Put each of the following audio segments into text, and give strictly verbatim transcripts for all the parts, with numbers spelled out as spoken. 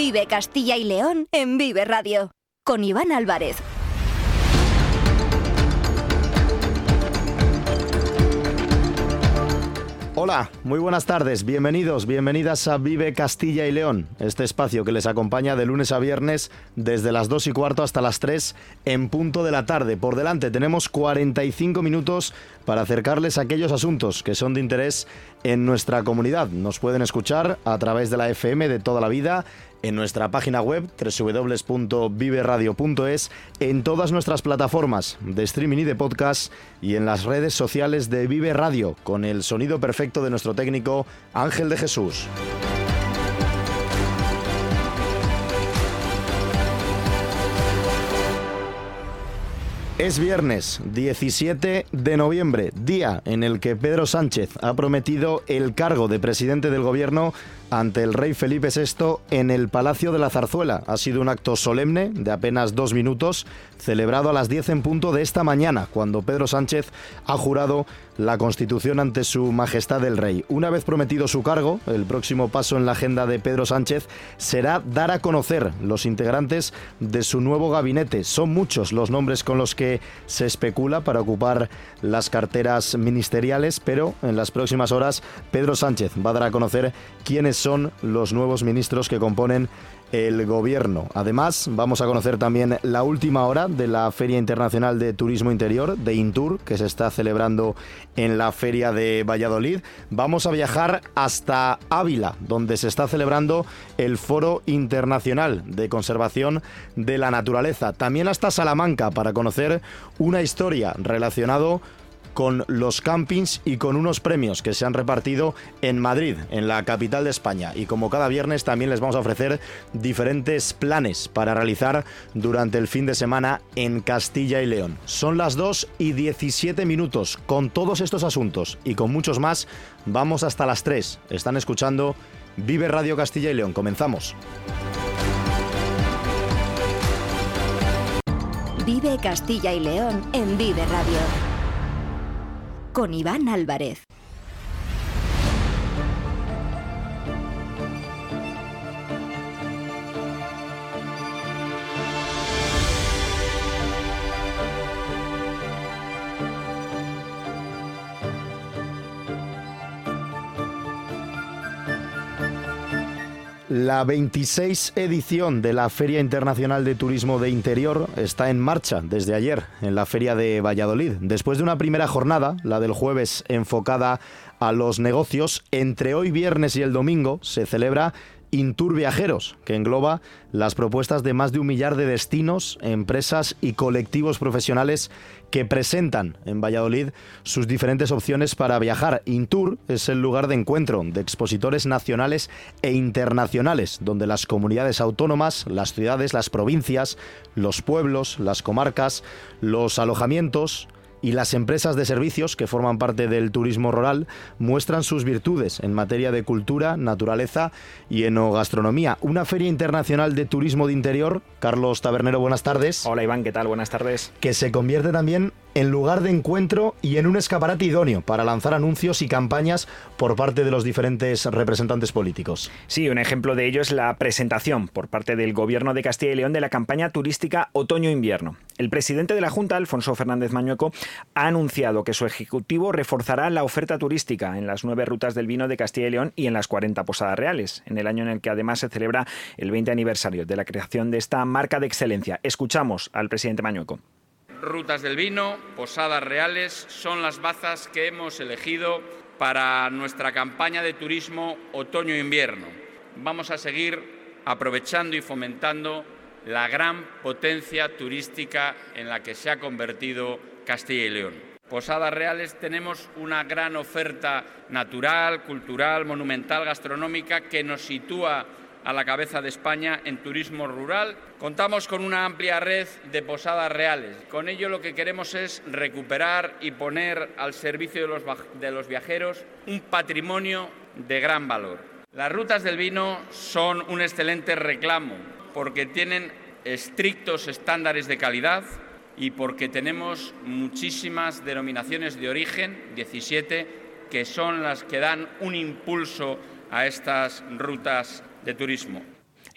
Vive Castilla y León en Vive Radio, con Iván Álvarez. Hola, muy buenas tardes, bienvenidos, bienvenidas a Vive Castilla y León, este espacio que les acompaña de lunes a viernes desde las dos y cuarto hasta las tres en punto de la tarde. Por delante tenemos cuarenta y cinco minutos para acercarles a aquellos asuntos que son de interés en nuestra comunidad. Nos pueden escuchar a través de la F M de toda la vida, en nuestra página web doble u doble u doble u punto vive radio punto es, en todas nuestras plataformas de streaming y de podcast y en las redes sociales de Vive Radio, con el sonido perfecto de nuestro técnico Ángel de Jesús. Es viernes diecisiete de noviembre, día en el que Pedro Sánchez ha prometido el cargo de presidente del gobierno ante el rey Felipe sexto en el Palacio de la Zarzuela. Ha sido un acto solemne de apenas dos minutos, celebrado a las diez en punto de esta mañana, cuando Pedro Sánchez ha jurado la Constitución ante su majestad el rey. Una vez prometido su cargo, el próximo paso en la agenda de Pedro Sánchez será dar a conocer los integrantes de su nuevo gabinete. Son muchos los nombres con los que se especula para ocupar las carteras ministeriales, pero en las próximas horas Pedro Sánchez va a dar a conocer quiénes son los nuevos ministros que componen el gobierno. Además, vamos a conocer también la última hora de la Feria Internacional de Turismo Interior, de Intur, que se está celebrando en la Feria de Valladolid. Vamos a viajar hasta Ávila, donde se está celebrando el Foro Internacional de Conservación de la Naturaleza. También hasta Salamanca, para conocer una historia relacionada con los campings y con unos premios que se han repartido en Madrid, en la capital de España. Y como cada viernes también les vamos a ofrecer diferentes planes para realizar durante el fin de semana en Castilla y León. Son las dos y diecisiete minutos. Con todos estos asuntos y con muchos más, vamos hasta las tres. Están escuchando Vive Radio Castilla y León. Comenzamos. Vive Castilla y León en Vive Radio, con Iván Álvarez. La veintiséis edición de la Feria Internacional de Turismo de Interior está en marcha desde ayer en la Feria de Valladolid. Después de una primera jornada, la del jueves enfocada a los negocios, entre hoy viernes y el domingo se celebra Intur Viajeros, que engloba las propuestas de más de un millar de destinos, empresas y colectivos profesionales que presentan en Valladolid sus diferentes opciones para viajar. Intur es el lugar de encuentro de expositores nacionales e internacionales, donde las comunidades autónomas, las ciudades, las provincias, los pueblos, las comarcas, los alojamientos y las empresas de servicios que forman parte del turismo rural muestran sus virtudes en materia de cultura, naturaleza y enogastronomía. Una feria internacional de turismo de interior, Carlos Tabernero, buenas tardes. Hola Iván, ¿qué tal? Buenas tardes. Que se convierte también en lugar de encuentro y en un escaparate idóneo para lanzar anuncios y campañas por parte de los diferentes representantes políticos. Sí, un ejemplo de ello es la presentación por parte del Gobierno de Castilla y León de la campaña turística Otoño-Invierno. El presidente de la Junta, Alfonso Fernández Mañueco, ha anunciado que su ejecutivo reforzará la oferta turística en las nueve rutas del vino de Castilla y León y en las cuarenta Posadas Reales, en el año en el que además se celebra el veinte aniversario de la creación de esta marca de excelencia. Escuchamos al presidente Mañueco. Rutas del vino, Posadas Reales, son las bazas que hemos elegido para nuestra campaña de turismo otoño-invierno. Vamos a seguir aprovechando y fomentando la gran potencia turística en la que se ha convertido Castilla y León. Posadas Reales tenemos una gran oferta natural, cultural, monumental, gastronómica que nos sitúa a la cabeza de España en turismo rural. Contamos con una amplia red de posadas reales. Con ello lo que queremos es recuperar y poner al servicio de los, de los viajeros un patrimonio de gran valor. Las rutas del vino son un excelente reclamo porque tienen estrictos estándares de calidad y porque tenemos muchísimas denominaciones de origen, diecisiete, que son las que dan un impulso a estas rutas de turismo.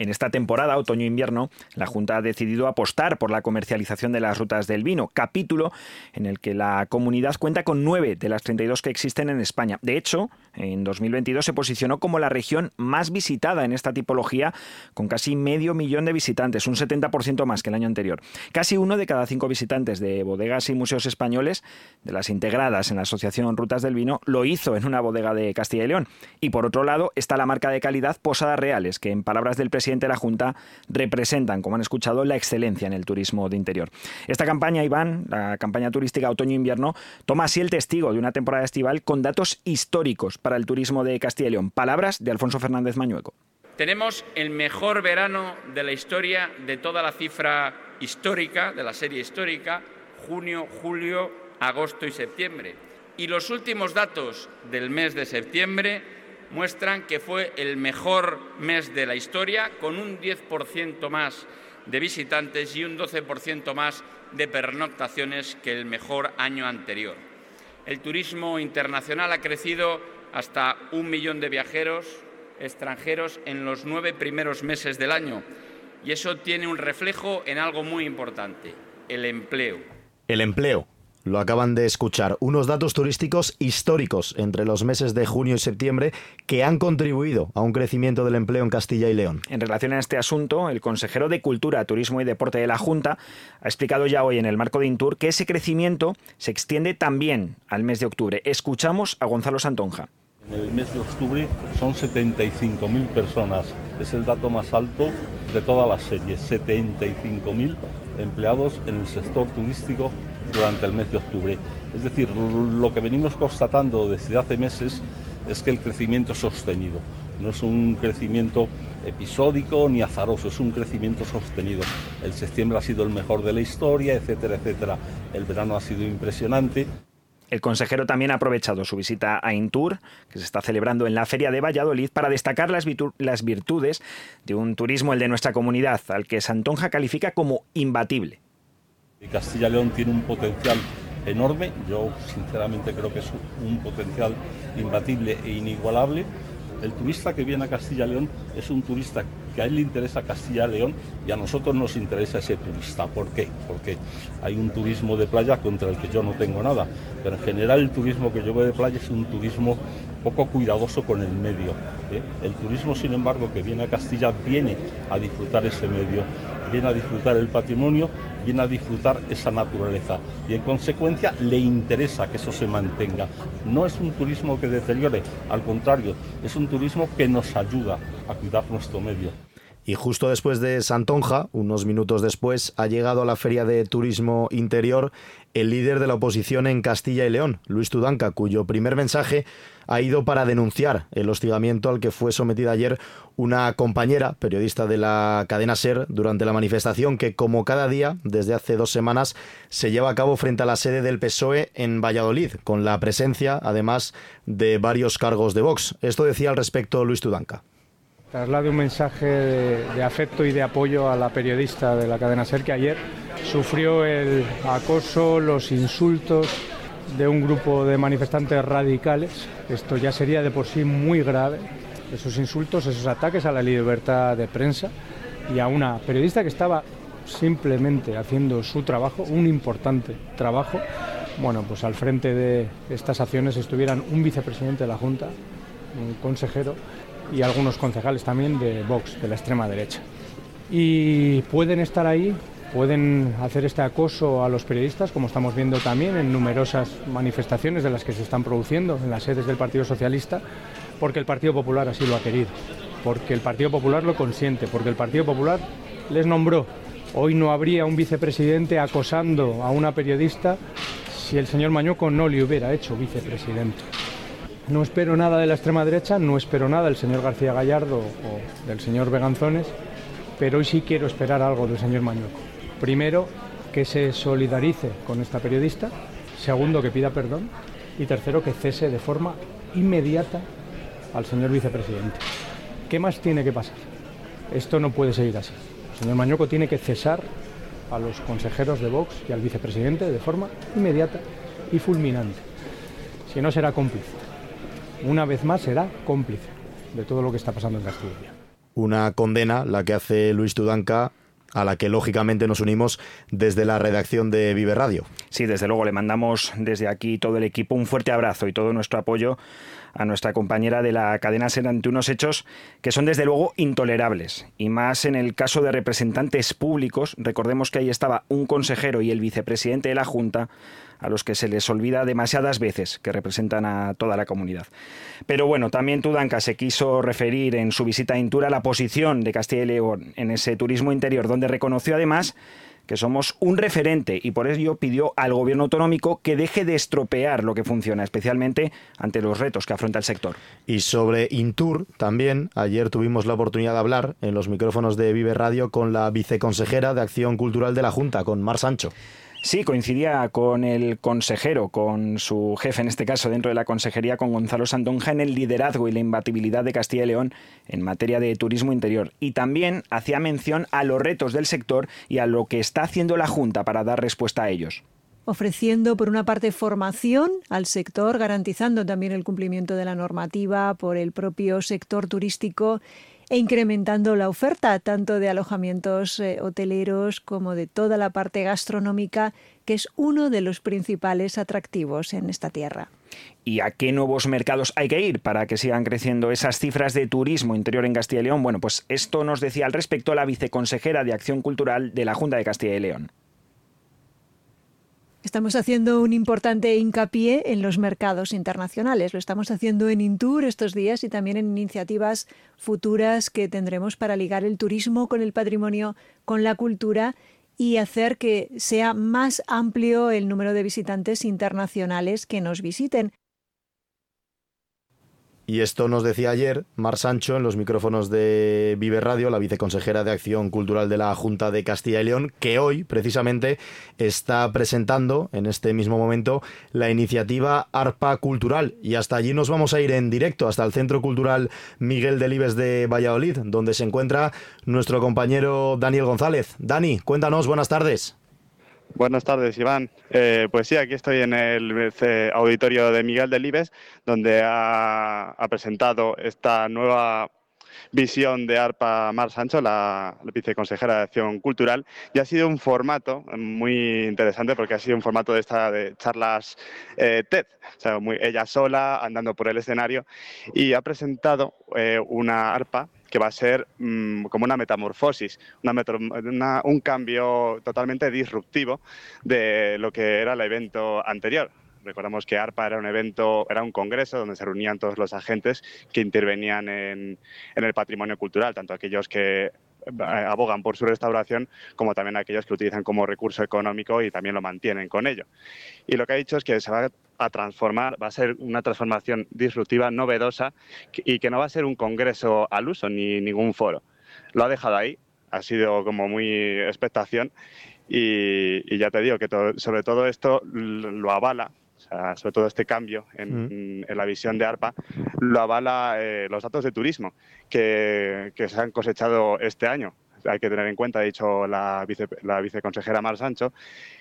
En esta temporada, otoño-invierno, la Junta ha decidido apostar por la comercialización de las rutas del vino, capítulo en el que la comunidad cuenta con nueve de las treinta y dos que existen en España. De hecho, en dos mil veintidós se posicionó como la región más visitada en esta tipología, con casi medio millón de visitantes, un setenta por ciento más que el año anterior. Casi uno de cada cinco visitantes de bodegas y museos españoles, de las integradas en la Asociación Rutas del Vino, lo hizo en una bodega de Castilla y León. Y por otro lado está la marca de calidad Posadas Reales, que en palabras del presidente de la Junta representan, como han escuchado, la excelencia en el turismo de interior. Esta campaña, Iván, la campaña turística otoño-invierno, toma así el testigo de una temporada estival con datos históricos para el turismo de Castilla y León. Palabras de Alfonso Fernández Mañueco. Tenemos el mejor verano de la historia de toda la cifra histórica, de la serie histórica, junio, julio, agosto y septiembre. Y los últimos datos del mes de septiembre muestran que fue el mejor mes de la historia, con un diez por ciento más de visitantes y un doce por ciento más de pernoctaciones que el mejor año anterior. El turismo internacional ha crecido hasta un millón de viajeros extranjeros en los nueve primeros meses del año, y eso tiene un reflejo en algo muy importante: el empleo. El empleo. Lo acaban de escuchar. Unos datos turísticos históricos entre los meses de junio y septiembre que han contribuido a un crecimiento del empleo en Castilla y León. En relación a este asunto, el consejero de Cultura, Turismo y Deporte de la Junta ha explicado ya hoy en el marco de Intur que ese crecimiento se extiende también al mes de octubre. Escuchamos a Gonzalo Santonja. En el mes de octubre son setenta y cinco mil personas. Es el dato más alto de toda la serie. setenta y cinco mil empleados en el sector turístico durante el mes de octubre. Es decir, lo que venimos constatando desde hace meses es que el crecimiento es sostenido. No es un crecimiento episódico ni azaroso, es un crecimiento sostenido. El septiembre ha sido el mejor de la historia, etcétera, etcétera. El verano ha sido impresionante. El consejero también ha aprovechado su visita a Intur, que se está celebrando en la Feria de Valladolid, para destacar las, virtu- las virtudes de un turismo, el de nuestra comunidad, al que Santonja califica como imbatible. Castilla y León tiene un potencial enorme, yo sinceramente creo que es un potencial imbatible e inigualable. El turista que viene a Castilla y León es un turista que a él le interesa Castilla y León y a nosotros nos interesa ese turista. ¿Por qué? Porque hay un turismo de playa contra el que yo no tengo nada, pero en general el turismo que yo veo de playa es un turismo poco cuidadoso con el medio, ¿eh? El turismo, sin embargo, que viene a Castilla viene a disfrutar ese medio, viene a disfrutar el patrimonio, viene a disfrutar esa naturaleza y en consecuencia le interesa que eso se mantenga. No es un turismo que deteriore, al contrario, es un turismo que nos ayuda a cuidar nuestro medio. Y justo después de Santonja, unos minutos después, ha llegado a la Feria de Turismo Interior el líder de la oposición en Castilla y León, Luis Tudanca, cuyo primer mensaje ha ido para denunciar el hostigamiento al que fue sometida ayer una compañera, periodista de la cadena SER, durante la manifestación que, como cada día, desde hace dos semanas, se lleva a cabo frente a la sede del P S O E en Valladolid, con la presencia, además, de varios cargos de Vox. Esto decía al respecto Luis Tudanca. Traslade un mensaje de, de afecto y de apoyo a la periodista de la cadena SER que ayer sufrió el acoso, los insultos de un grupo de manifestantes radicales. Esto ya sería de por sí muy grave, esos insultos, esos ataques a la libertad de prensa y a una periodista que estaba simplemente haciendo su trabajo, un importante trabajo. Bueno, pues al frente de estas acciones estuvieran un vicepresidente de la Junta, un consejero y algunos concejales también de Vox, de la extrema derecha. Y pueden estar ahí, pueden hacer este acoso a los periodistas, como estamos viendo también en numerosas manifestaciones de las que se están produciendo en las sedes del Partido Socialista, porque el Partido Popular así lo ha querido, porque el Partido Popular lo consiente, porque el Partido Popular les nombró. Hoy no habría un vicepresidente acosando a una periodista si el señor Mañueco no le hubiera hecho vicepresidente. No espero nada de la extrema derecha, no espero nada del señor García Gallardo o del señor Beganzones, pero hoy sí quiero esperar algo del señor Mañueco. Primero, que se solidarice con esta periodista. Segundo, que pida perdón. Y tercero, que cese de forma inmediata al señor vicepresidente. ¿Qué más tiene que pasar? Esto no puede seguir así. El señor Mañueco tiene que cesar a los consejeros de Vox y al vicepresidente de forma inmediata y fulminante. Si no, será cómplice. Una vez más será cómplice de todo lo que está pasando en Castilla. Una condena la que hace Luis Tudanca, a la que lógicamente nos unimos desde la redacción de Vive Radio. Sí, desde luego le mandamos desde aquí todo el equipo un fuerte abrazo y todo nuestro apoyo a nuestra compañera de la cadena SER ante unos hechos que son desde luego intolerables, y más en el caso de representantes públicos. Recordemos que ahí estaba un consejero y el vicepresidente de la Junta, a los que se les olvida demasiadas veces que representan a toda la comunidad. Pero bueno, también Tudanca se quiso referir en su visita a Intura a la posición de Castilla y León en ese turismo interior, donde reconoció además que somos un referente, y por ello pidió al gobierno autonómico que deje de estropear lo que funciona, especialmente ante los retos que afronta el sector. Y sobre Intur también, ayer tuvimos la oportunidad de hablar en los micrófonos de Vive Radio con la viceconsejera de Acción Cultural de la Junta, con Mar Sancho. Sí, coincidía con el consejero, con su jefe en este caso dentro de la consejería, con Gonzalo Santonja, en el liderazgo y la imbatibilidad de Castilla y León en materia de turismo interior. Y también hacía mención a los retos del sector y a lo que está haciendo la Junta para dar respuesta a ellos. Ofreciendo, por una parte, formación al sector, garantizando también el cumplimiento de la normativa por el propio sector turístico, e incrementando la oferta tanto de alojamientos eh, hoteleros como de toda la parte gastronómica, que es uno de los principales atractivos en esta tierra. ¿Y a qué nuevos mercados hay que ir para que sigan creciendo esas cifras de turismo interior en Castilla y León? Bueno, pues esto nos decía al respecto la viceconsejera de Acción Cultural de la Junta de Castilla y León. Estamos haciendo un importante hincapié en los mercados internacionales. Lo estamos haciendo en Intur estos días y también en iniciativas futuras que tendremos para ligar el turismo con el patrimonio, con la cultura, y hacer que sea más amplio el número de visitantes internacionales que nos visiten. Y esto nos decía ayer Mar Sancho en los micrófonos de Vive Radio, la viceconsejera de Acción Cultural de la Junta de Castilla y León, que hoy precisamente está presentando en este mismo momento la iniciativa ARPA Cultural. Y hasta allí nos vamos a ir en directo, hasta el Centro Cultural Miguel Delibes de Valladolid, donde se encuentra nuestro compañero Daniel González. Dani, cuéntanos, buenas tardes. Buenas tardes, Iván. Eh, pues sí, aquí estoy en el eh, auditorio de Miguel Delibes, donde ha, ha presentado esta nueva visión de ARPA Mar Sancho, la, la viceconsejera de Acción Cultural, y ha sido un formato muy interesante porque ha sido un formato de esta de charlas eh, TED, o sea, muy, ella sola andando por el escenario, y ha presentado eh, una ARPA que va a ser mmm, como una metamorfosis, una metro, una, un cambio totalmente disruptivo de lo que era el evento anterior. Recordamos que ARPA era un evento, era un congreso donde se reunían todos los agentes que intervenían en, en el patrimonio cultural, tanto aquellos que abogan por su restauración como también aquellos que utilizan como recurso económico y también lo mantienen con ello. Y lo que ha dicho es que se va a transformar, va a ser una transformación disruptiva, novedosa, y que no va a ser un congreso al uso ni ningún foro. Lo ha dejado ahí, ha sido como muy expectación, y, y ya te digo que todo, sobre todo esto lo avala. O sea, sobre todo este cambio en, mm. en la visión de ARPA lo avala eh, los datos de turismo que, que se han cosechado este año. Hay que tener en cuenta, ha dicho la, vice, la viceconsejera Mar Sancho,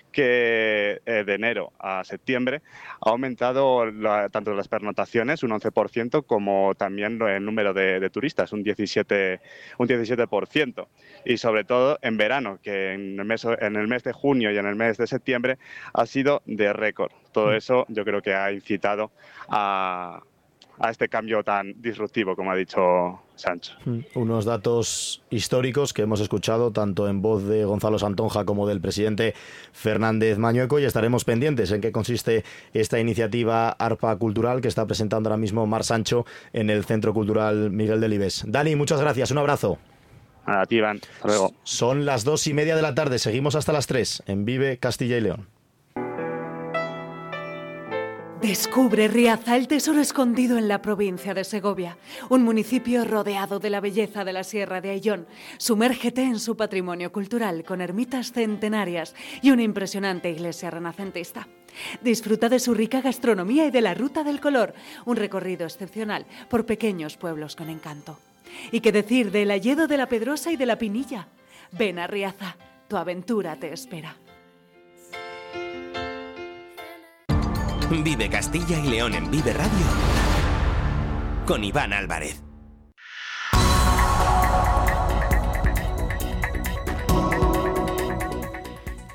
que eh, de enero a septiembre ha aumentado la, tanto las pernoctaciones, un once por ciento, como también el número de, de turistas, un diecisiete por ciento. Y sobre todo en verano, que en el, mes, en el mes de junio y en el mes de septiembre ha sido de récord. Todo eso yo creo que ha incitado a... a este cambio tan disruptivo, como ha dicho Sancho. Unos datos históricos que hemos escuchado tanto en voz de Gonzalo Santonja como del presidente Fernández Mañueco, y estaremos pendientes en qué consiste esta iniciativa ARPA Cultural que está presentando ahora mismo Mar Sancho en el Centro Cultural Miguel Delibes. Dani, muchas gracias, un abrazo. A ti, Iván. Hasta luego. Son las dos y media de la tarde, seguimos hasta las tres en Vive Castilla y León. Descubre Riaza, el tesoro escondido en la provincia de Segovia, un municipio rodeado de la belleza de la Sierra de Ayllón. Sumérgete en su patrimonio cultural con ermitas centenarias y una impresionante iglesia renacentista. Disfruta de su rica gastronomía y de la Ruta del Color, un recorrido excepcional por pequeños pueblos con encanto. ¿Y qué decir del Alledo de la Pedrosa y de la Pinilla? Ven a Riaza, tu aventura te espera. Vive Castilla y León en Vive Radio con Iván Álvarez.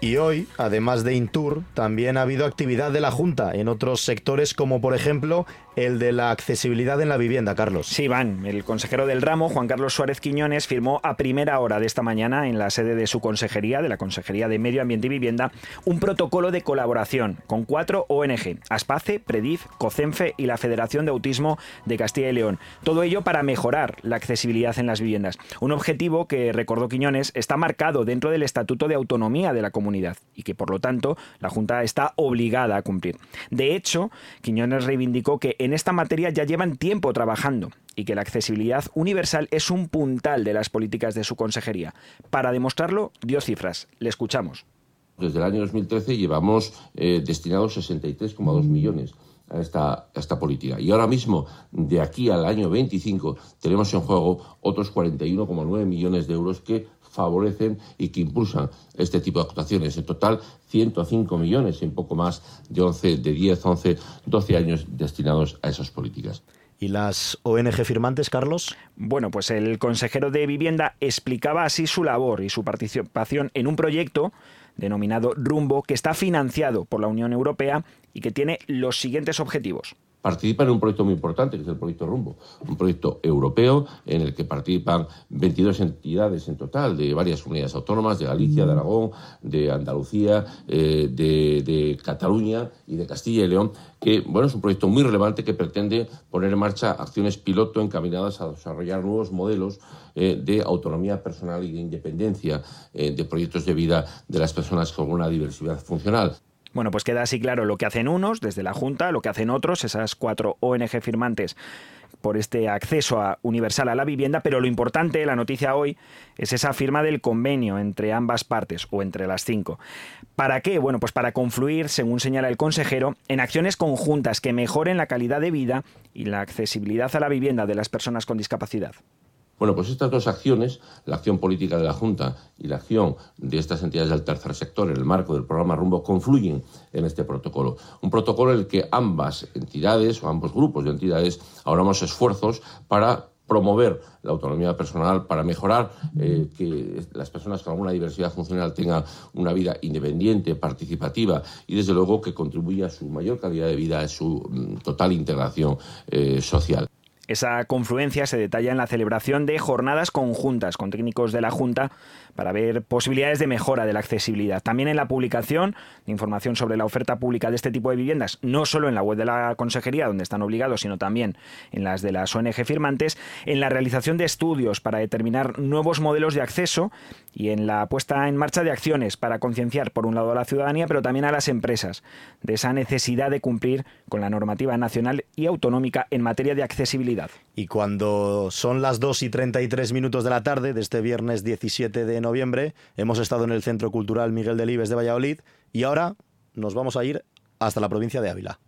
Y hoy, además de Intur, también ha habido actividad de la Junta en otros sectores, como por ejemplo el de la accesibilidad en la vivienda, Carlos. Sí, Iván, el consejero del ramo, Juan Carlos Suárez Quiñones, firmó a primera hora de esta mañana en la sede de su consejería, de la Consejería de Medio Ambiente y Vivienda, un protocolo de colaboración con cuatro O N Ge, Aspace, Predif, COCENFE y la Federación de Autismo de Castilla y León. Todo ello para mejorar la accesibilidad en las viviendas. Un objetivo que, recordó Quiñones, está marcado dentro del Estatuto de Autonomía de la comunidad y que, por lo tanto, la Junta está obligada a cumplir. De hecho, Quiñones reivindicó que en esta materia ya llevan tiempo trabajando y que la accesibilidad universal es un puntal de las políticas de su consejería. Para demostrarlo, dio cifras. Le escuchamos. Desde el año dos mil trece llevamos eh, destinados sesenta y tres coma dos millones a esta, a esta política. Y ahora mismo, de aquí al año veinticinco, tenemos en juego otros cuarenta y uno coma nueve millones de euros que favorecen y que impulsan este tipo de actuaciones. En total, ciento cinco millones en poco más de once, de diez, once, doce años destinados a esas políticas. ¿Y las O N Ge firmantes, Carlos? Bueno, pues el consejero de Vivienda explicaba así su labor y su participación en un proyecto denominado Rumbo, que está financiado por la Unión Europea y que tiene los siguientes objetivos. Participa en un proyecto muy importante, que es el proyecto Rumbo, un proyecto europeo en el que participan veintidós entidades en total de varias comunidades autónomas, de Galicia, de Aragón, de Andalucía, eh, de, de Cataluña y de Castilla y León, que bueno, es un proyecto muy relevante que pretende poner en marcha acciones piloto encaminadas a desarrollar nuevos modelos eh, de autonomía personal y de independencia eh, de proyectos de vida de las personas con una diversidad funcional. Bueno, pues queda así claro lo que hacen unos desde la Junta, lo que hacen otros, esas cuatro O N Ge firmantes por este acceso a, universal a la vivienda, pero lo importante, la noticia hoy, es esa firma del convenio entre ambas partes, o entre las cinco. ¿Para qué? Bueno, pues para confluir, según señala el consejero, en acciones conjuntas que mejoren la calidad de vida y la accesibilidad a la vivienda de las personas con discapacidad. Bueno, pues estas dos acciones, la acción política de la Junta y la acción de estas entidades del tercer sector en el marco del programa Rumbo, confluyen en este protocolo. Un protocolo en el que ambas entidades o ambos grupos de entidades ahorramos esfuerzos para promover la autonomía personal, para mejorar eh, que las personas con alguna diversidad funcional tengan una vida independiente, participativa y, desde luego, que contribuya a su mayor calidad de vida, a su mm, total integración eh, social. Esa confluencia se detalla en la celebración de jornadas conjuntas con técnicos de la Junta para ver posibilidades de mejora de la accesibilidad. También en la publicación de información sobre la oferta pública de este tipo de viviendas, no solo en la web de la Consejería, donde están obligados, sino también en las de las O N Ge firmantes, en la realización de estudios para determinar nuevos modelos de acceso y en la puesta en marcha de acciones para concienciar, por un lado, a la ciudadanía, pero también a las empresas, de esa necesidad de cumplir con la normativa nacional y autonómica en materia de accesibilidad. Y cuando son las dos y treinta y tres minutos de la tarde de este viernes diecisiete de noviembre, hemos estado en el Centro Cultural Miguel Delibes de Valladolid y ahora nos vamos a ir hasta la provincia de Ávila.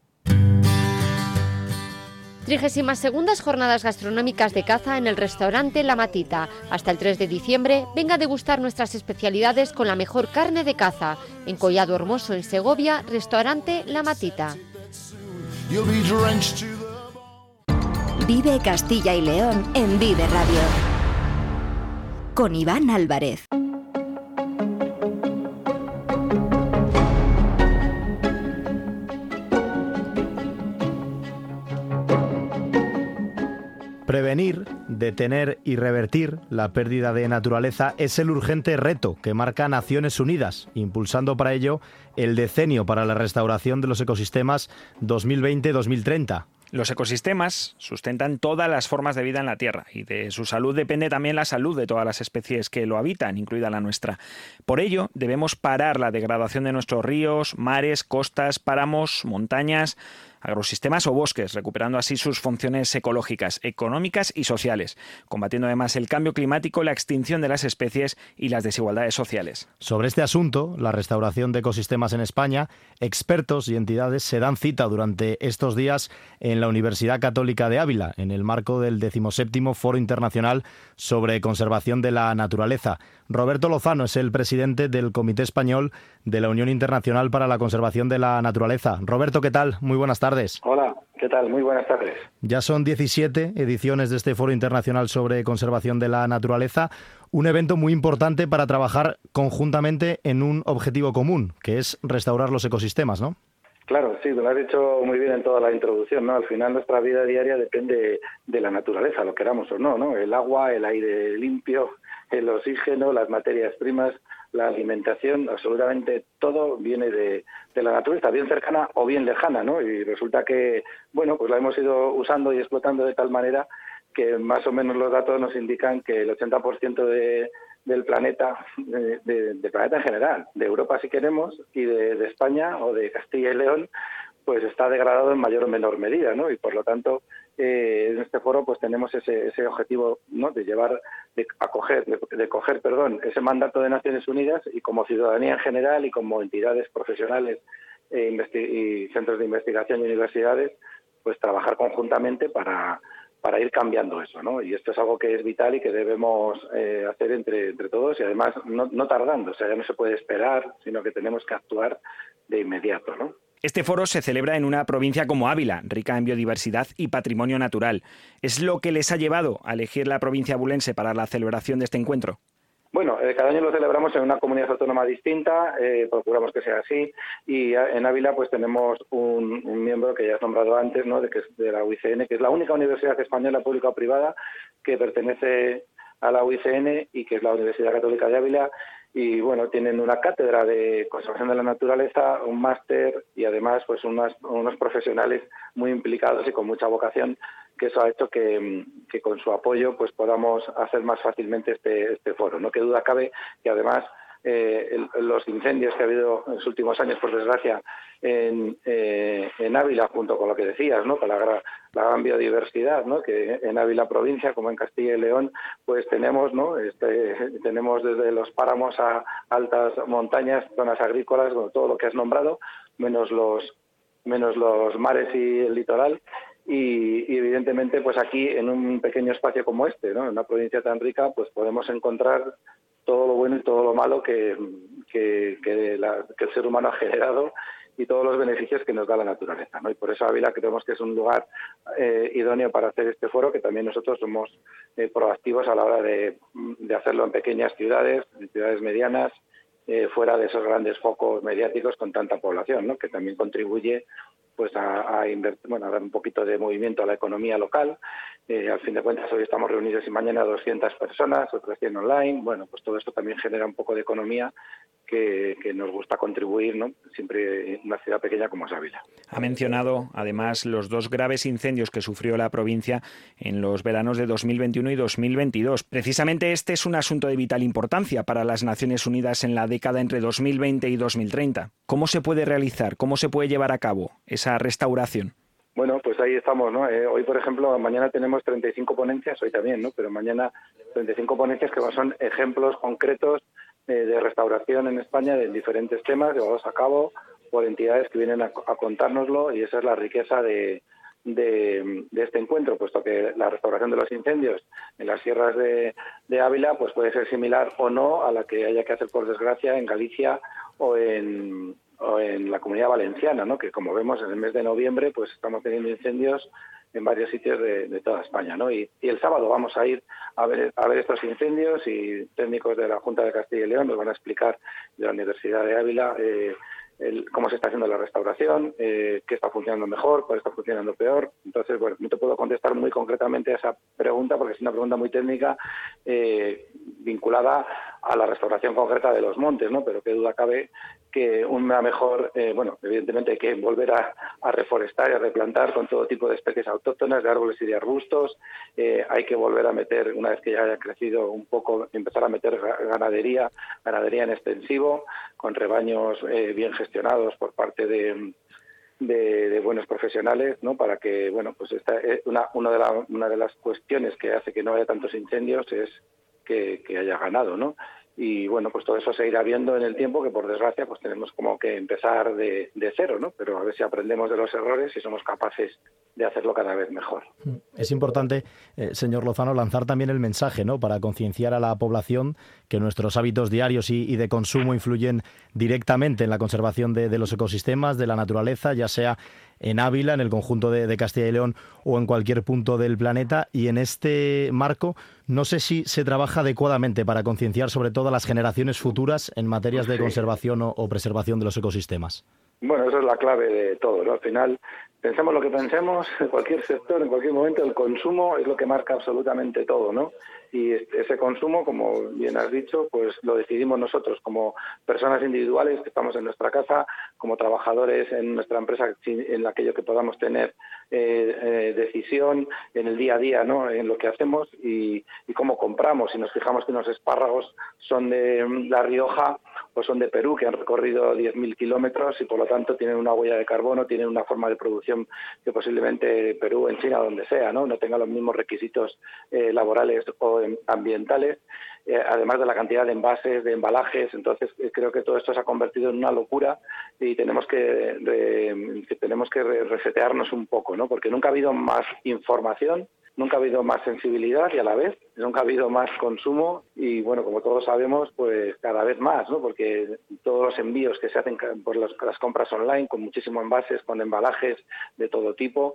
trigésima segundas Jornadas Gastronómicas de Caza en el restaurante La Matita. Hasta el tres de diciembre, venga a degustar nuestras especialidades con la mejor carne de caza. En Collado Hermoso, en Segovia, restaurante La Matita. Vive Castilla y León en Vive Radio. Con Iván Álvarez. Prevenir, detener y revertir la pérdida de naturaleza es el urgente reto que marca Naciones Unidas, impulsando para ello el Decenio para la Restauración de los Ecosistemas dos mil veinte a dos mil treinta. Los ecosistemas sustentan todas las formas de vida en la Tierra y de su salud depende también la salud de todas las especies que lo habitan, incluida la nuestra. Por ello, debemos parar la degradación de nuestros ríos, mares, costas, páramos, montañas, agrosistemas o bosques, recuperando así sus funciones ecológicas, económicas y sociales, combatiendo además el cambio climático, la extinción de las especies y las desigualdades sociales. Sobre este asunto, la restauración de ecosistemas en España, expertos y entidades se dan cita durante estos días en la Universidad Católica de Ávila, en el marco del decimoséptimo Foro Internacional sobre Conservación de la Naturaleza. Roberto Lozano es el presidente del Comité Español de la Unión Internacional para la Conservación de la Naturaleza. Roberto, ¿qué tal? Muy buenas tardes. Hola, ¿Qué tal? Muy buenas tardes. Ya son diecisiete ediciones de este Foro Internacional sobre Conservación de la Naturaleza, un evento muy importante para trabajar conjuntamente en un objetivo común, que es restaurar los ecosistemas, ¿no? Claro, sí, lo has dicho muy bien en toda la introducción, ¿no? Al final nuestra vida diaria depende de la naturaleza, lo queramos o no, ¿no? El agua, el aire limpio, el oxígeno, las materias primas, la alimentación, absolutamente todo viene de, de la naturaleza, bien cercana o bien lejana, ¿no? Y resulta que, bueno, pues la hemos ido usando y explotando de tal manera que más o menos los datos nos indican que el ochenta por ciento de, del planeta, de, de, del planeta en general, de Europa si queremos, y de, de España o de Castilla y León, pues está degradado en mayor o menor medida, ¿no? Y por lo tanto, eh, en este foro pues tenemos ese, ese objetivo, ¿no? De llevar, de acoger, de, de coger, perdón, ese mandato de Naciones Unidas y como ciudadanía en general y como entidades profesionales e investi- y centros de investigación y universidades, pues trabajar conjuntamente para para ir cambiando eso, ¿no? Y esto es algo que es vital y que debemos eh, hacer entre, entre todos y además no, no tardando, o sea, ya no se puede esperar, sino que tenemos que actuar de inmediato, ¿no? Este foro se celebra en una provincia como Ávila, rica en biodiversidad y patrimonio natural. ¿Es lo que les ha llevado a elegir la provincia abulense para la celebración de este encuentro? Bueno, eh, cada año lo celebramos en una comunidad autónoma distinta, eh, procuramos que sea así, y en Ávila pues tenemos un, un miembro que ya has nombrado antes, ¿no? de que es de la U I C N, que es la única universidad española pública o privada que pertenece a la U I C N y que es la Universidad Católica de Ávila, y bueno, tienen una cátedra de conservación de la naturaleza, un máster y además pues unas, unos profesionales muy implicados y con mucha vocación, que eso ha hecho que, que con su apoyo pues podamos hacer más fácilmente este, este foro. No que duda cabe que además eh, el, los incendios que ha habido en los últimos años, por desgracia, en, eh, en Ávila, junto con lo que decías, ¿no? Con la, gran, la gran biodiversidad, ¿no? Que en Ávila provincia, como en Castilla y León, pues tenemos, ¿no? Este, tenemos desde los páramos a altas montañas, zonas agrícolas, bueno, todo lo que has nombrado, menos los menos los mares y el litoral. Y, y evidentemente pues aquí en un pequeño espacio como este, ¿no? En una provincia tan rica, pues podemos encontrar todo lo bueno y todo lo malo que, que, que, la, que el ser humano ha generado y todos los beneficios que nos da la naturaleza, ¿no? Y por eso Ávila creemos que es un lugar eh, idóneo para hacer este foro, que también nosotros somos eh, proactivos a la hora de, de hacerlo en pequeñas ciudades, en ciudades medianas, eh, fuera de esos grandes focos mediáticos con tanta población, ¿no? Que también contribuye pues a, a, invertir, bueno, a dar un poquito de movimiento a la economía local. Eh, al fin de cuentas, hoy estamos reunidos y mañana doscientas personas, otras cien online. Bueno, pues todo esto también genera un poco de economía que, que nos gusta contribuir, ¿no? Siempre en una ciudad pequeña como es Ávila. Ha mencionado, además, los dos graves incendios que sufrió la provincia en los veranos de dos mil veintiuno y dos mil veintidós. Precisamente este es un asunto de vital importancia para las Naciones Unidas en la década entre dos mil veinte y dos mil treinta. ¿Cómo se puede realizar, cómo se puede llevar a cabo esa restauración? Bueno, pues ahí estamos, ¿no? Eh, hoy, por ejemplo, mañana tenemos treinta y cinco ponencias, hoy también, ¿no? Pero mañana treinta y cinco ponencias que son ejemplos concretos eh, de restauración en España de diferentes temas llevados a cabo por entidades que vienen a, a contárnoslo, y esa es la riqueza de, de, de este encuentro, puesto que la restauración de los incendios en las sierras de, de Ávila pues puede ser similar o no a la que haya que hacer, por desgracia, en Galicia o en... o en la Comunidad Valenciana, ¿no? Que como vemos en el mes de noviembre pues estamos teniendo incendios en varios sitios de, de toda España, ¿no? Y, y el sábado vamos a ir a ver, a ver estos incendios, y técnicos de la Junta de Castilla y León nos van a explicar de la Universidad de Ávila eh, el, cómo se está haciendo la restauración, eh, qué está funcionando mejor, cuál está funcionando peor. Entonces, bueno, no te puedo contestar muy concretamente a esa pregunta porque es una pregunta muy técnica eh, vinculada a la restauración concreta de los montes, ¿no? Pero qué duda cabe que una mejor, eh, bueno, evidentemente hay que volver a, a reforestar y a replantar con todo tipo de especies autóctonas, de árboles y de arbustos. Eh, hay que volver a meter, una vez que ya haya crecido un poco, empezar a meter ganadería, ganadería en extensivo, con rebaños eh, bien gestionados por parte de, de, de buenos profesionales, ¿no? Para que, bueno, pues esta es una, una, de la, una de las cuestiones que hace que no haya tantos incendios es que, que haya ganado, ¿no? Y bueno, pues todo eso se irá viendo en el tiempo, que por desgracia pues tenemos como que empezar de, de cero, ¿no? Pero a ver si aprendemos de los errores y somos capaces de hacerlo cada vez mejor. Es importante, eh, señor Lozano, lanzar también el mensaje, ¿no? Para concienciar a la población que nuestros hábitos diarios y, y de consumo influyen directamente en la conservación de, de los ecosistemas, de la naturaleza, ya sea en Ávila, en el conjunto de, de Castilla y León o en cualquier punto del planeta. Y en este marco, no sé si se trabaja adecuadamente para concienciar sobre todo a las generaciones futuras en materias de conservación o, o preservación de los ecosistemas. Bueno, esa es la clave de todo, ¿no? Al final, pensemos lo que pensemos, en cualquier sector, en cualquier momento, el consumo es lo que marca absolutamente todo, ¿no? Y ese consumo, como bien has dicho, pues lo decidimos nosotros como personas individuales que estamos en nuestra casa, como trabajadores en nuestra empresa, en aquello que podamos tener eh, eh, decisión en el día a día, ¿no? En lo que hacemos y, y cómo compramos. Si nos fijamos que unos espárragos son de La Rioja o son de Perú, que han recorrido diez mil kilómetros y por lo tanto tienen una huella de carbono, tienen una forma de producción que posiblemente Perú, en China, donde sea, no, no tenga los mismos requisitos eh, laborales o ambientales, eh, además de la cantidad de envases, de embalajes. Entonces eh, creo que todo esto se ha convertido en una locura y tenemos que, re, que tenemos que resetearnos un poco, ¿no? Porque nunca ha habido más información, nunca ha habido más sensibilidad y a la vez nunca ha habido más consumo y, bueno, como todos sabemos, pues cada vez más, ¿no? Porque todos los envíos que se hacen por las, las compras online, con muchísimos envases, con embalajes de todo tipo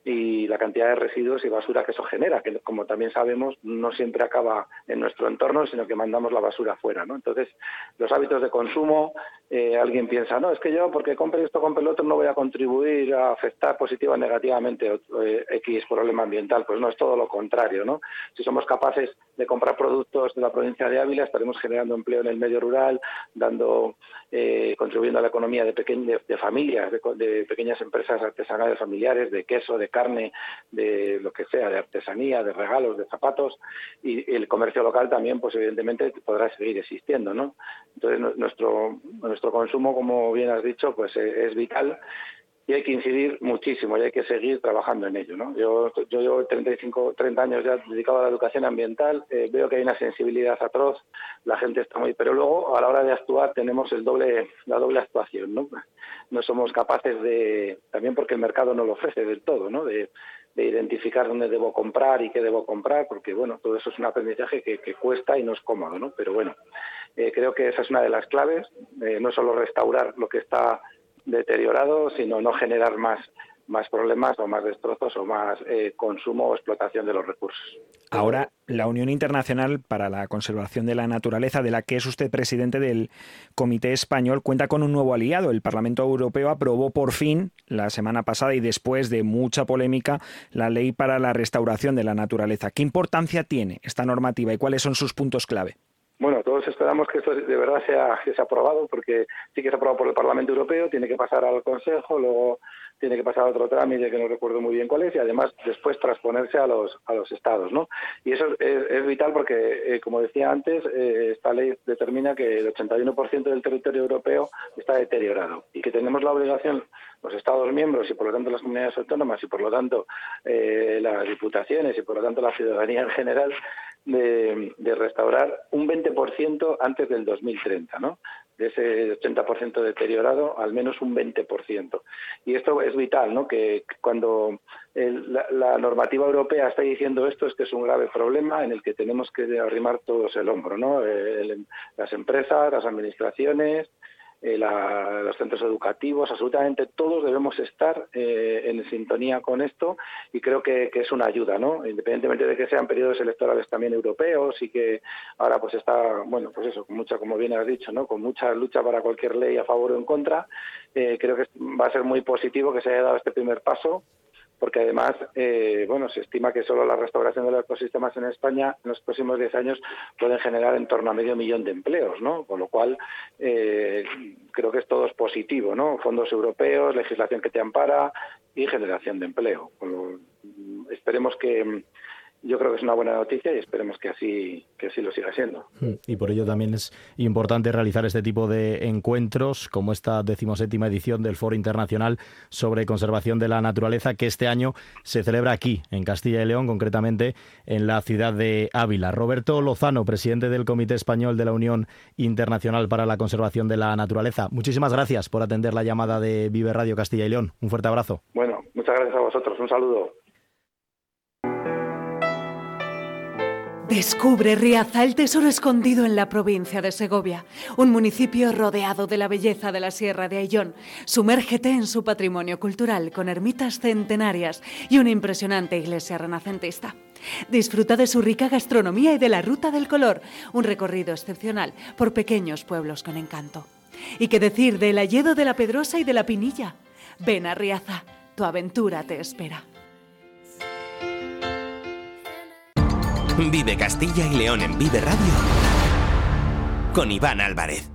y la cantidad de residuos y basura que eso genera, que como también sabemos no siempre acaba en nuestro entorno, sino que mandamos la basura afuera, ¿no? Entonces, los hábitos de consumo, eh, alguien piensa, no, es que yo porque compre esto, compre el otro, no voy a contribuir a afectar positiva o negativamente eh, X problema ambiental. Pues no, es todo lo contrario, ¿no? Si somos capaces de comprar productos de la provincia de Ávila, estaremos generando empleo en el medio rural, dando, eh, contribuyendo a la economía de, peque- de, de familias, de, de pequeñas empresas artesanales familiares, de queso, de carne, de lo que sea, de artesanía, de regalos, de zapatos, y el comercio local también, pues evidentemente podrá seguir existiendo, ¿no? Entonces nuestro nuestro consumo, como bien has dicho, pues es vital y hay que incidir muchísimo y hay que seguir trabajando en ello, ¿no? Yo, yo llevo treinta y cinco, treinta años ya dedicado a la educación ambiental, eh, veo que hay una sensibilidad atroz, la gente está muy... Pero luego, a la hora de actuar, tenemos el doble, la doble actuación, ¿no? No somos capaces de... También porque el mercado no lo ofrece del todo, ¿no? De, de identificar dónde debo comprar y qué debo comprar, porque, bueno, todo eso es un aprendizaje que, que cuesta y no es cómodo, ¿no? Pero, bueno, eh, creo que esa es una de las claves, eh, no solo restaurar lo que está deteriorado, sino no generar más más problemas o más destrozos o más eh, consumo o explotación de los recursos. Ahora, la Unión Internacional para la Conservación de la Naturaleza, de la que es usted presidente del Comité Español, cuenta con un nuevo aliado. El Parlamento Europeo aprobó por fin, la semana pasada y después de mucha polémica, la Ley para la Restauración de la Naturaleza. ¿Qué importancia tiene esta normativa y cuáles son sus puntos clave? Bueno, todos esperamos que esto de verdad sea, que sea aprobado, porque sí que es aprobado por el Parlamento Europeo, tiene que pasar al Consejo, luego tiene que pasar a otro trámite que no recuerdo muy bien cuál es, y además después transponerse a los a los estados, ¿no? Y eso es, es vital porque, eh, como decía antes, eh, esta ley determina que el ochenta y uno por ciento del territorio europeo está deteriorado y que tenemos la obligación, los Estados miembros y por lo tanto las comunidades autónomas y por lo tanto eh, las diputaciones y por lo tanto la ciudadanía en general, de, de restaurar un veinte por ciento antes del dos mil treinta, ¿no? De ese ochenta por ciento deteriorado, al menos un veinte por ciento. Y esto es vital, ¿no? Que cuando el, la, la normativa europea está diciendo esto, es que es un grave problema en el que tenemos que arrimar todos el hombro, ¿no? El, las empresas, las administraciones, eh, la, los centros educativos, absolutamente todos debemos estar eh, en sintonía con esto y creo que, que es una ayuda, ¿no? Independientemente de que sean periodos electorales también europeos y que ahora pues está, bueno, pues eso, con mucha, como bien has dicho, ¿no? Con mucha lucha para cualquier ley a favor o en contra, eh, creo que va a ser muy positivo que se haya dado este primer paso, porque además, eh, bueno, se estima que solo la restauración de los ecosistemas en España en los próximos diez años pueden generar en torno a medio millón de empleos, ¿no? Con lo cual, eh, creo que es todo es positivo, ¿no? Fondos europeos, legislación que te ampara y generación de empleo. Lo, esperemos que... Yo creo que es una buena noticia y esperemos que así que así lo siga siendo. Y por ello también es importante realizar este tipo de encuentros, como esta decimoséptima edición del Foro Internacional sobre Conservación de la Naturaleza, que este año se celebra aquí, en Castilla y León, concretamente en la ciudad de Ávila. Roberto Lozano, presidente del Comité Español de la Unión Internacional para la Conservación de la Naturaleza. Muchísimas gracias por atender la llamada de Vive Radio Castilla y León. Un fuerte abrazo. Bueno, muchas gracias a vosotros. Un saludo. Descubre Riaza, el tesoro escondido en la provincia de Segovia, un municipio rodeado de la belleza de la Sierra de Ayllón. Sumérgete en su patrimonio cultural con ermitas centenarias y una impresionante iglesia renacentista. Disfruta de su rica gastronomía y de la Ruta del Color, un recorrido excepcional por pequeños pueblos con encanto. ¿Y qué decir del Alledo de la Pedrosa y de la Pinilla? Ven a Riaza, tu aventura te espera. Vive Castilla y León en Vive Radio con Iván Álvarez.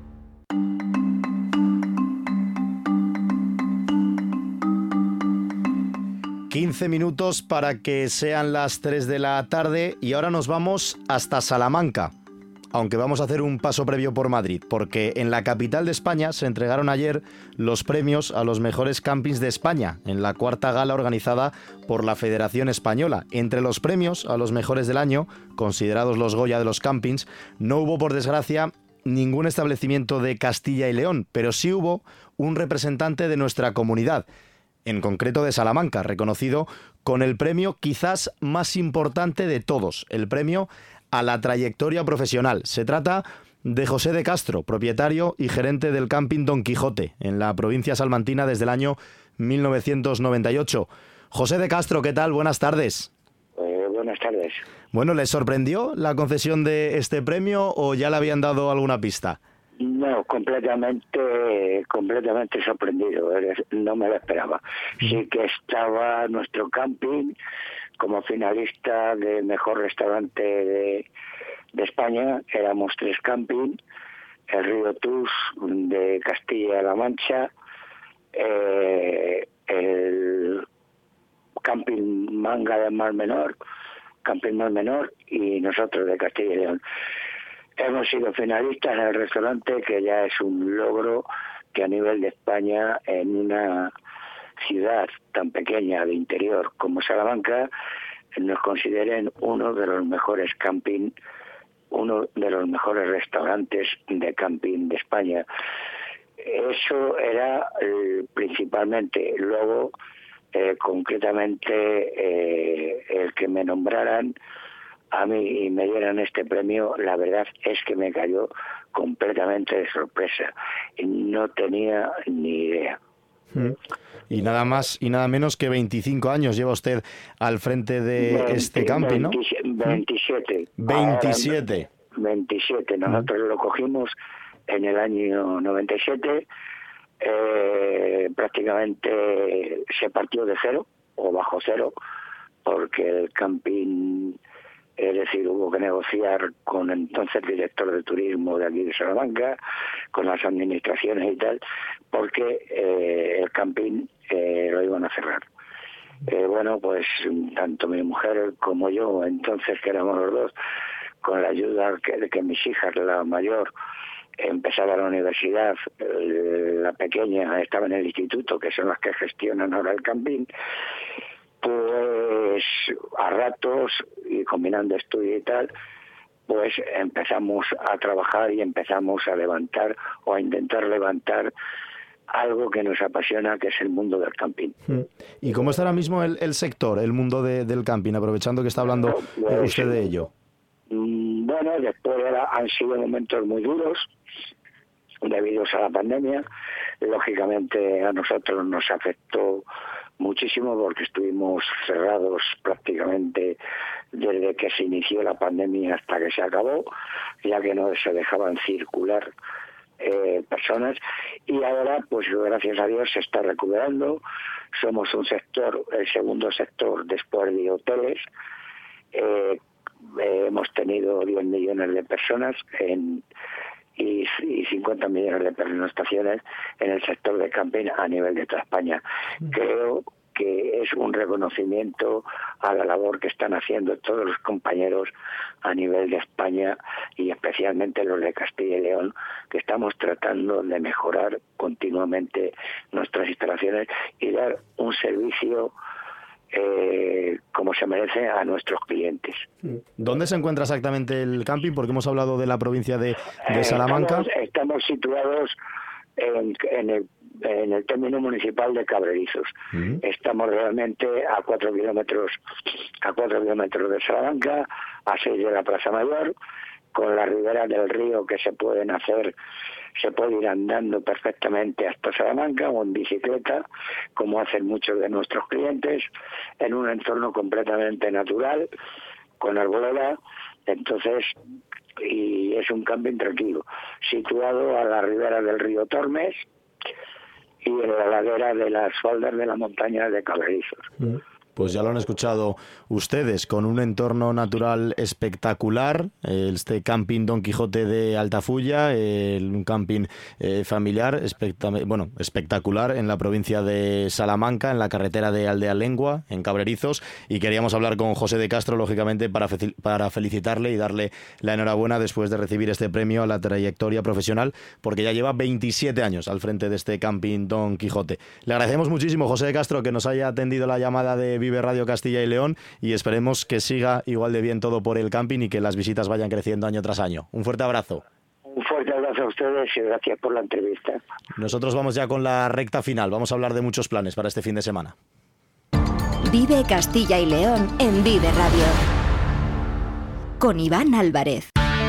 quince minutos para que sean las tres de la tarde y ahora nos vamos hasta Salamanca. Aunque vamos a hacer un paso previo por Madrid, porque en la capital de España se entregaron ayer los premios a los mejores campings de España, en la cuarta gala organizada por la Federación Española. Entre los premios a los mejores del año, considerados los Goya de los campings, no hubo, por desgracia, ningún establecimiento de Castilla y León, pero sí hubo un representante de nuestra comunidad, en concreto de Salamanca, reconocido con el premio quizás más importante de todos, el premio a la trayectoria profesional. Se trata de José de Castro, propietario y gerente del camping Don Quijote, en la provincia salmantina desde el año mil novecientos noventa y ocho. José de Castro, ¿qué tal? Buenas tardes. Eh, buenas tardes. Bueno, ¿les sorprendió la concesión de este premio o ya le habían dado alguna pista? No, completamente, completamente sorprendido. No me lo esperaba. Sí que estaba nuestro camping como finalista de mejor restaurante de, de España. Éramos tres camping: el Río Tus de Castilla-La Mancha, eh, el camping Manga de Mar Menor, camping Mar Menor, y nosotros de Castilla y León. Hemos sido finalistas en el restaurante, que ya es un logro que a nivel de España, en una ciudad tan pequeña de interior como Salamanca, nos consideren uno de los mejores camping, uno de los mejores restaurantes de camping de España. Eso era eh, principalmente. Luego, eh, concretamente, eh, el que me nombraran a mí y me dieran este premio, la verdad es que me cayó completamente de sorpresa. No tenía ni idea. Y nada más y nada menos que veinticinco años lleva usted al frente de veinte, este camping, ¿no? veintisiete. veintisiete. Ahora, veintisiete. Nosotros lo cogimos en el año noventa y siete. Eh, prácticamente se partió de cero, o bajo cero, porque el camping... Es decir, hubo que negociar con entonces el director de turismo de aquí de Salamanca, con las administraciones y tal, porque eh, el camping eh, lo iban a cerrar. Eh, bueno, pues tanto mi mujer como yo, entonces que éramos los dos, con la ayuda que, de que mis hijas, la mayor, empezaba la universidad, eh, la pequeña estaba en el instituto, que son las que gestionan ahora el camping, pues a ratos, y combinando estudio y tal, pues empezamos a trabajar y empezamos a levantar o a intentar levantar algo que nos apasiona, que es el mundo del camping. ¿Y cómo está ahora mismo el, el sector, el mundo de, del camping, aprovechando que está hablando pues, eh, usted de ello? Bueno, después era, han sido momentos muy duros debido a la pandemia. Lógicamente a nosotros nos afectó muchísimo porque estuvimos cerrados prácticamente desde que se inició la pandemia hasta que se acabó, ya que no se dejaban circular eh, personas, y ahora pues gracias a Dios se está recuperando. Somos un sector, el segundo sector después de hoteles. eh, eh, hemos tenido diez millones de personas en y cincuenta millones de pernoctaciones en el sector de camping a nivel de toda España. Creo que es un reconocimiento a la labor que están haciendo todos los compañeros a nivel de España y especialmente los de Castilla y León, que estamos tratando de mejorar continuamente nuestras instalaciones y dar un servicio Eh, como se merece a nuestros clientes. ¿Dónde se encuentra exactamente el camping? Porque hemos hablado de la provincia de, de Salamanca. Eh, estamos, estamos situados en, en el en el término municipal de Cabrerizos. Uh-huh. Estamos realmente a cuatro kilómetros, a cuatro kilómetros de Salamanca, a seis de la Plaza Mayor, con las riberas del río que se pueden hacer, se puede ir andando perfectamente hasta Salamanca o en bicicleta, como hacen muchos de nuestros clientes, en un entorno completamente natural, con arboleda, entonces, y es un camping tranquilo, situado a la ribera del río Tormes y en la ladera de las faldas de la montaña de Cabrerizos. Mm. Pues ya lo han escuchado ustedes, con un entorno natural espectacular, este camping Don Quijote de Altafulla, el, un camping eh, familiar, especta, bueno, espectacular en la provincia de Salamanca, en la carretera de Aldea Lengua, en Cabrerizos, y queríamos hablar con José de Castro, lógicamente, para, fe, para felicitarle y darle la enhorabuena después de recibir este premio a la trayectoria profesional, porque ya lleva veintisiete años al frente de este camping Don Quijote. Le agradecemos muchísimo, José de Castro, que nos haya atendido la llamada de Vive Radio Castilla y León, y esperemos que siga igual de bien todo por el camping y que las visitas vayan creciendo año tras año. Un fuerte abrazo. Un fuerte abrazo a ustedes y gracias por la entrevista. Nosotros vamos ya con la recta final. Vamos a hablar de muchos planes para este fin de semana. Vive Castilla y León en Vive Radio. Con Iván Álvarez.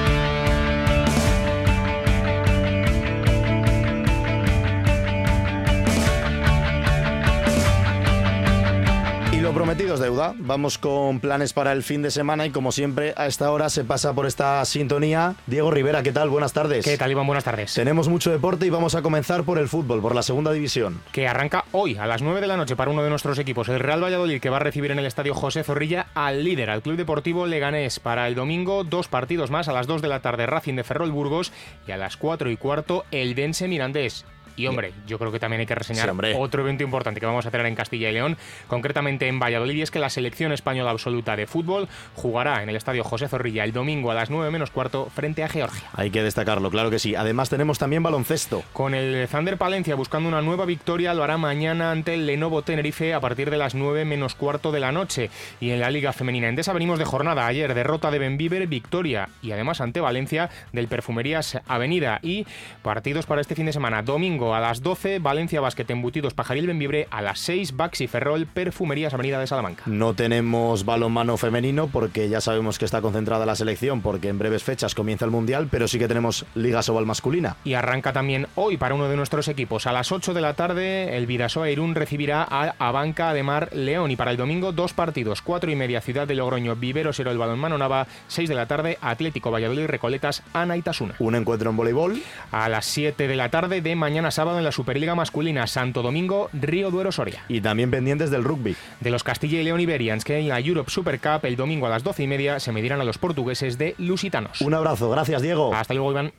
Lo prometido es deuda. Vamos con planes para el fin de semana y, como siempre, a esta hora se pasa por esta sintonía Diego Rivera. ¿Qué tal? Buenas tardes. ¿Qué tal, Iván? Buenas tardes. Tenemos mucho deporte y vamos a comenzar por el fútbol, por la segunda división. Que arranca hoy a las nueve de la noche para uno de nuestros equipos, el Real Valladolid, que va a recibir en el estadio José Zorrilla al líder, al Club Deportivo Leganés. Para el domingo, dos partidos más, a las dos de la tarde Racing de Ferrol Burgos y a las cuatro y cuarto el Dense Mirandés. Y hombre, yo creo que también hay que reseñar sí, otro evento importante que vamos a tener en Castilla y León, concretamente en Valladolid, y es que la selección española absoluta de fútbol jugará en el estadio José Zorrilla el domingo a las nueve menos cuarto frente a Georgia. Hay que destacarlo, claro que sí. Además tenemos también baloncesto. Con el Thunder Palencia buscando una nueva victoria, lo hará mañana ante el Lenovo Tenerife a partir de las nueve menos cuarto de la noche. Y en la Liga Femenina Endesa venimos de jornada. Ayer derrota de Bembibre, victoria y además ante Valencia del Perfumerías Avenida. Y partidos para este fin de semana. Domingo a las doce, Valencia Basket Embutidos Pajaril Bembibre, a las seis, Baxi Ferrol Perfumerías Avenida de Salamanca. No tenemos balonmano femenino porque ya sabemos que está concentrada la selección, porque en breves fechas comienza el Mundial, pero sí que tenemos Liga Sobal masculina. Y arranca también hoy para uno de nuestros equipos. A las ocho de la tarde, el Vidasoa Irún recibirá a Abanca Ademar León. Y para el domingo, dos partidos, cuatro y media, Ciudad de Logroño Viveros Herol Balonmano Nava, seis de la tarde, Atlético Valladolid Recoletas Anaitasuna. Un encuentro en voleibol. A las siete de la tarde de mañana sábado en la Superliga masculina, Santo Domingo Río Duero Soria. Y también pendientes del rugby. De los Castilla y León Iberians, que en la Europe Super Cup el domingo a las doce y media se medirán a los portugueses de Lusitanos. Un abrazo, gracias Diego. Hasta luego, Iván.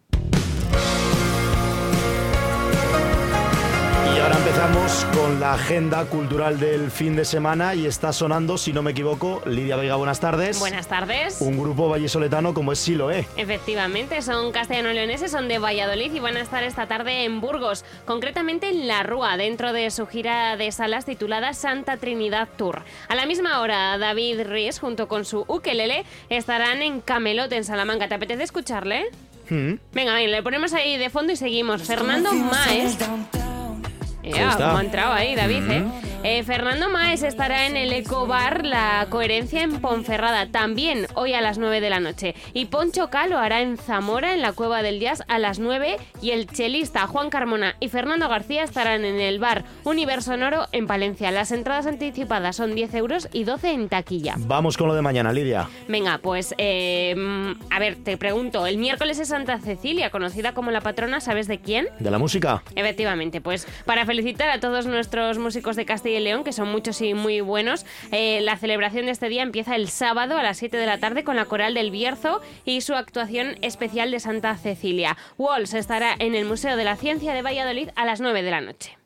Y ahora empezamos con la agenda cultural del fin de semana y está sonando, si no me equivoco, Lidia Vega, buenas tardes. Buenas tardes. Un grupo vallisoletano como es Siloé. Efectivamente, son castellano-leoneses, son de Valladolid y van a estar esta tarde en Burgos, concretamente en La Rúa, dentro de su gira de salas titulada Santa Trinidad Tour. A la misma hora, David Ries, junto con su ukelele, estarán en Camelot, en Salamanca. ¿Te apetece escucharle? ¿Mm? Venga, venga, le ponemos ahí de fondo y seguimos. Fernando Maes... Ya, como ha entrado ahí, David, ¿eh? Eh, Fernando Maes estará en el Ecobar La Coherencia en Ponferrada, también hoy a las nueve de la noche. Y Poncho K lo hará en Zamora, en la Cueva del Jazz, a las nueve. Y el chelista Juan Carmona y Fernando García estarán en el bar Universo Sonoro en Palencia. Las entradas anticipadas son diez euros y doce en taquilla. Vamos con lo de mañana, Lidia. Venga, pues, eh, a ver, te pregunto. El miércoles es Santa Cecilia, conocida como la patrona, ¿sabes de quién? ¿De la música? Efectivamente, pues para felicitar a todos nuestros músicos de Castilla y León, que son muchos y muy buenos. Eh, la celebración de este día empieza el sábado a las siete de la tarde con la Coral del Bierzo y su actuación especial de Santa Cecilia. Walls estará en el Museo de la Ciencia de Valladolid a las nueve de la noche.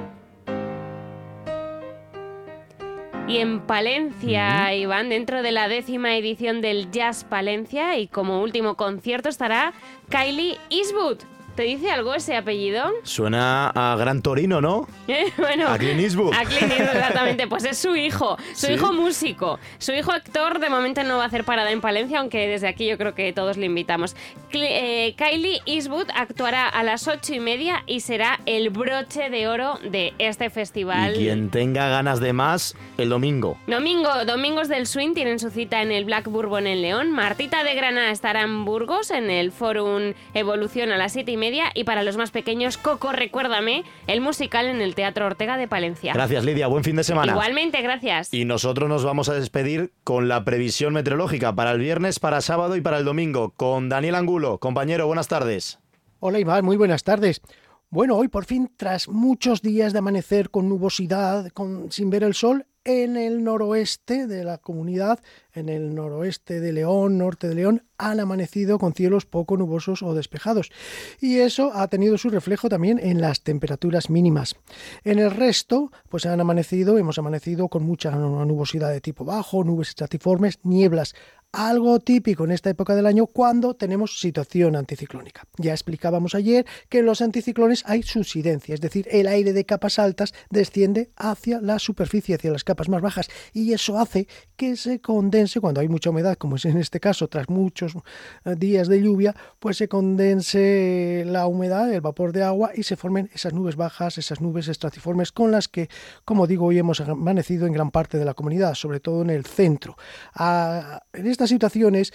Y en Palencia, uh-huh. Iván, dentro de la décima edición del Jazz Palencia y como último concierto estará Kylie Eastwood. ¿Te dice algo ese apellido? Suena a Gran Torino, ¿no? Bueno, a Clint Eastwood. A Clint Eastwood, exactamente. Pues es su hijo, su ¿Sí? hijo músico. Su hijo actor de momento no va a hacer parada en Palencia, aunque desde aquí yo creo que todos le invitamos. Cl- eh, Kylie Eastwood actuará a las ocho y media y será el broche de oro de este festival. Y quien tenga ganas de más, el domingo. Domingo, Domingos del Swing tienen su cita en el Black Bourbon en León. Martita de Granada estará en Burgos, en el Fórum Evolución a las siete y media. Y para los más pequeños, Coco, recuérdame, el musical en el Teatro Ortega de Palencia. Gracias, Lidia. Buen fin de semana. Igualmente, gracias. Y nosotros nos vamos a despedir con la previsión meteorológica para el viernes, para sábado y para el domingo, con Daniel Angulo. Compañero, buenas tardes. Hola, Iván. Muy buenas tardes. Bueno, hoy por fin, tras muchos días de amanecer con nubosidad, con, sin ver el sol, en el noroeste de la comunidad, en el noroeste de León, norte de León, han amanecido con cielos poco nubosos o despejados. Y eso ha tenido su reflejo también en las temperaturas mínimas. En el resto, pues han amanecido, hemos amanecido con mucha nubosidad de tipo bajo, nubes estratiformes, nieblas. Algo típico en esta época del año cuando tenemos situación anticiclónica. Ya explicábamos ayer que en los anticiclones hay subsidencia, es decir, el aire de capas altas desciende hacia la superficie, hacia las capas más bajas, y eso hace que se condense, cuando hay mucha humedad, como es en este caso, tras muchos días de lluvia, pues se condense la humedad, el vapor de agua, y se formen esas nubes bajas, esas nubes estratiformes con las que, como digo, hoy hemos amanecido en gran parte de la comunidad, sobre todo en el centro. Ah, en este Estas situaciones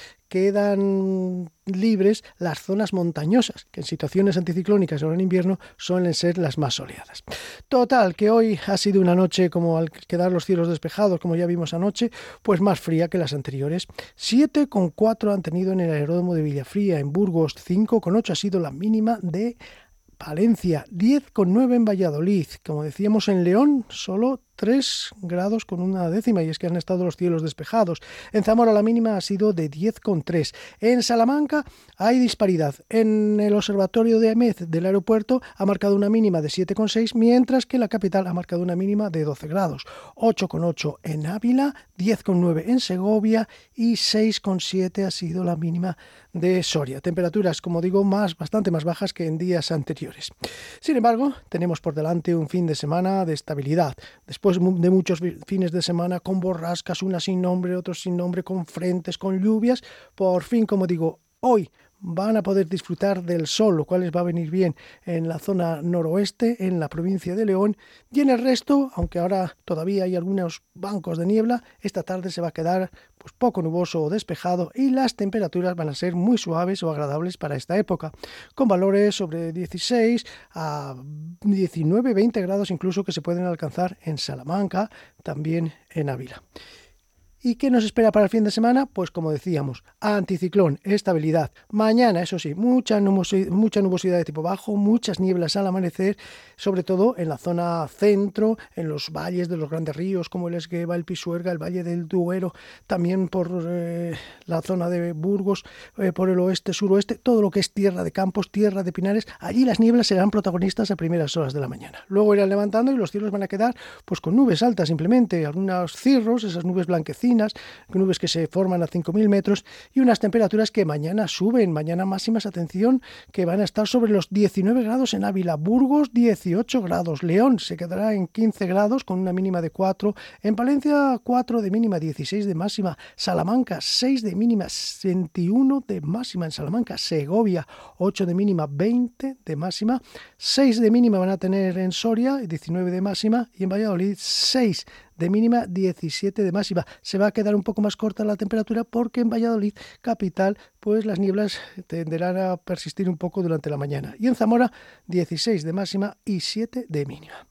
quedan libres las zonas montañosas, que en situaciones anticiclónicas o en invierno suelen ser las más soleadas. Total, que hoy ha sido una noche, como al quedar los cielos despejados, como ya vimos anoche, pues más fría que las anteriores. siete coma cuatro han tenido en el aeródromo de Villafría, en Burgos. cinco coma ocho ha sido la mínima de Palencia. diez coma nueve en Valladolid. Como decíamos, en León solo tres grados con una décima, y es que han estado los cielos despejados. En Zamora la mínima ha sido de diez coma tres. En Salamanca hay disparidad. En el observatorio de Amez del aeropuerto ha marcado una mínima de siete coma seis, mientras que la capital ha marcado una mínima de doce grados. ocho coma ocho en Ávila, diez coma nueve en Segovia y seis coma siete ha sido la mínima de Soria. Temperaturas, como digo, más, bastante más bajas que en días anteriores. Sin embargo, tenemos por delante un fin de semana de estabilidad. Después de muchos fines de semana con borrascas, unas sin nombre, otros sin nombre, con frentes, con lluvias, por fin, como digo, hoy van a poder disfrutar del sol, lo cual les va a venir bien en la zona noroeste, en la provincia de León, y en el resto, aunque ahora todavía hay algunos bancos de niebla, esta tarde se va a quedar pues poco nuboso o despejado, y las temperaturas van a ser muy suaves o agradables para esta época, con valores sobre dieciséis a diecinueve, veinte grados incluso, que se pueden alcanzar en Salamanca, también en Ávila. ¿Y qué nos espera para el fin de semana? Pues como decíamos, anticiclón, estabilidad. Mañana, eso sí, mucha nubosidad, mucha nubosidad de tipo bajo, muchas nieblas al amanecer, sobre todo en la zona centro, en los valles de los grandes ríos como el Esgueva, el Pisuerga, el Valle del Duero, también por eh, la zona de Burgos, eh, por el oeste, suroeste, todo lo que es tierra de campos, tierra de pinares. Allí las nieblas serán protagonistas a primeras horas de la mañana. Luego irán levantando y los cielos van a quedar pues con nubes altas simplemente, algunos cirros, esas nubes blanquecinas, nubes que se forman a cinco mil metros, y unas temperaturas que mañana suben, mañana máximas, atención, que van a estar sobre los diecinueve grados en Ávila, Burgos dieciocho grados, León se quedará en quince grados con una mínima de cuatro, en Palencia cuatro de mínima, dieciséis de máxima, Salamanca seis de mínima, veintiuno de máxima en Salamanca, Segovia ocho de mínima, veinte de máxima, seis de mínima van a tener en Soria, diecinueve de máxima, y en Valladolid seis de mínima, diecisiete de máxima. Se va a quedar un poco más corta la temperatura porque en Valladolid, capital, pues las nieblas tenderán a persistir un poco durante la mañana. Y en Zamora, dieciséis de máxima y siete de mínima.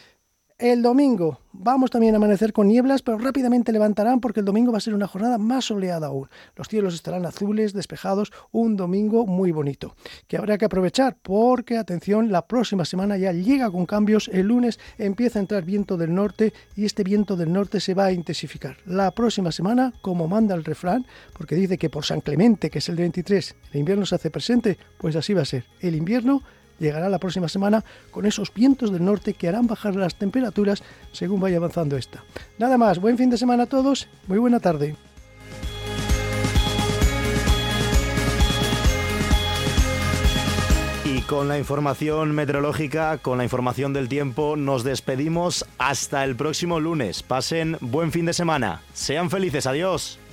El domingo vamos también a amanecer con nieblas, pero rápidamente levantarán porque el domingo va a ser una jornada más soleada aún. Los cielos estarán azules, despejados, un domingo muy bonito, que habrá que aprovechar porque, atención, la próxima semana ya llega con cambios. El lunes empieza a entrar viento del norte y este viento del norte se va a intensificar. La próxima semana, como manda el refrán, porque dice que por San Clemente, que es el veintitrés, el invierno se hace presente, pues así va a ser. El invierno llegará la próxima semana con esos vientos del norte que harán bajar las temperaturas según vaya avanzando esta. Nada más, buen fin de semana a todos, muy buena tarde. Y con la información meteorológica, con la información del tiempo, nos despedimos hasta el próximo lunes. Pasen buen fin de semana. Sean felices. Adiós.